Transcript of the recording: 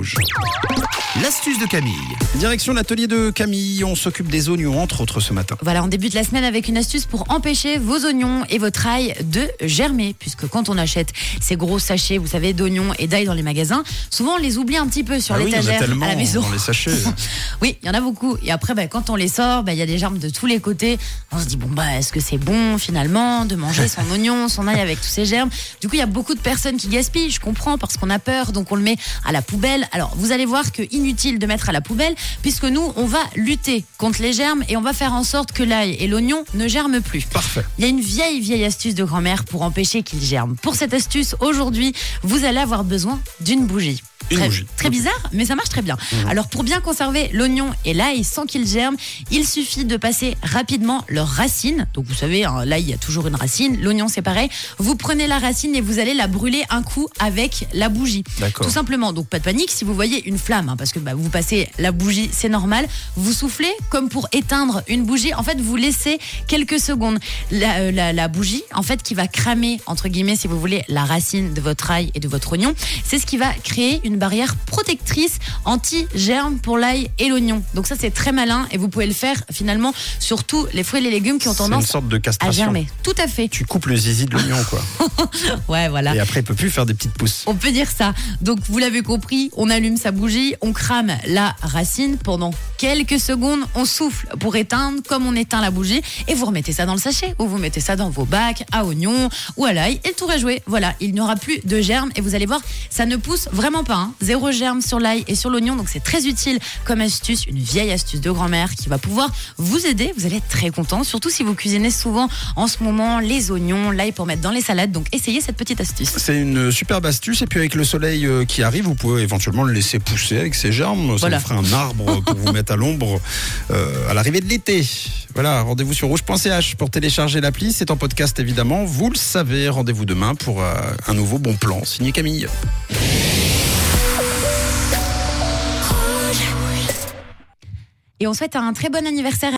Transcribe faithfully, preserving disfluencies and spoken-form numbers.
Rouge. L'astuce de Camille. Direction l'atelier de Camille, on s'occupe des oignons entre autres ce matin. Voilà, on débute la semaine avec une astuce pour empêcher vos oignons et votre ail de germer. Puisque quand on achète ces gros sachets, vous savez, d'oignons et d'ail dans les magasins, souvent on les oublie un petit peu sur ah l'étagère oui, à la maison. Dans les sachets. Oui, il y en a beaucoup. Et après, bah, quand on les sort, bah, y a des germes de tous les côtés. On se dit, bon, bah, est-ce que c'est bon finalement de manger son oignon, son ail avec tous ces germes? Du coup, il y a beaucoup de personnes qui gaspillent, je comprends, parce qu'on a peur, donc on le met à la poubelle. Alors, vous allez voir que inutile de mettre à la poubelle, puisque nous, on va lutter contre les germes et on va faire en sorte que l'ail et l'oignon ne germent plus. Parfait. Il y a une vieille, vieille astuce de grand-mère pour empêcher qu'ils germent. Pour cette astuce, aujourd'hui, vous allez avoir besoin d'une bougie. Une Très, bougie. très bizarre, mais ça marche très bien. Mmh. Alors, pour bien conserver l'oignon et l'ail sans qu'ils germent, il suffit de passer rapidement leurs racines. Donc, vous savez, hein, l'ail, il y a toujours une racine. L'oignon, c'est pareil. Vous prenez la racine et vous allez la brûler un coup avec la bougie. D'accord. Tout simplement. Donc, pas de panique si vous voyez une flamme, hein, parce que bah, vous passez la bougie, c'est normal. Vous soufflez comme pour éteindre une bougie. En fait, vous laissez quelques secondes. La, euh, la, la bougie, en fait, qui va cramer, entre guillemets, si vous voulez, la racine de votre ail et de votre oignon, c'est ce qui va créer une barrière protectrice anti-germes pour l'ail et l'oignon. Donc ça, c'est très malin et vous pouvez le faire finalement sur tous les fruits et les légumes qui ont tendance une sorte de à castration. germer. Tout à fait. Tu coupes le zizi de l'oignon, quoi. Ouais, voilà. Et après, il peut plus faire des petites pousses. On peut dire ça. Donc, vous l'avez compris, on allume sa bougie, on crame la racine pendant quelques secondes, on souffle pour éteindre comme on éteint la bougie et vous remettez ça dans le sachet ou vous mettez ça dans vos bacs à oignons ou à l'ail et le tour est joué. Voilà, il n'y aura plus de germes et vous allez voir, ça ne pousse vraiment pas. Hein. Zéro germe sur l'ail et sur l'oignon, donc c'est très utile comme astuce, une vieille astuce de grand-mère qui va pouvoir vous aider. Vous allez être très content, surtout si vous cuisinez souvent en ce moment les oignons, l'ail pour mettre dans les salades. Donc essayez cette petite astuce. C'est une superbe astuce et puis avec le soleil qui arrive, vous pouvez éventuellement le laisser pousser avec ses germes. Ça voilà. vous fera un arbre pour vous mettre à l'ombre euh, à l'arrivée de l'été. Voilà, rendez-vous sur rouge point c h pour télécharger l'appli. C'est en podcast évidemment, vous le savez. Rendez-vous demain pour euh, un nouveau bon plan. Signé Camille. Et on souhaite un très bon anniversaire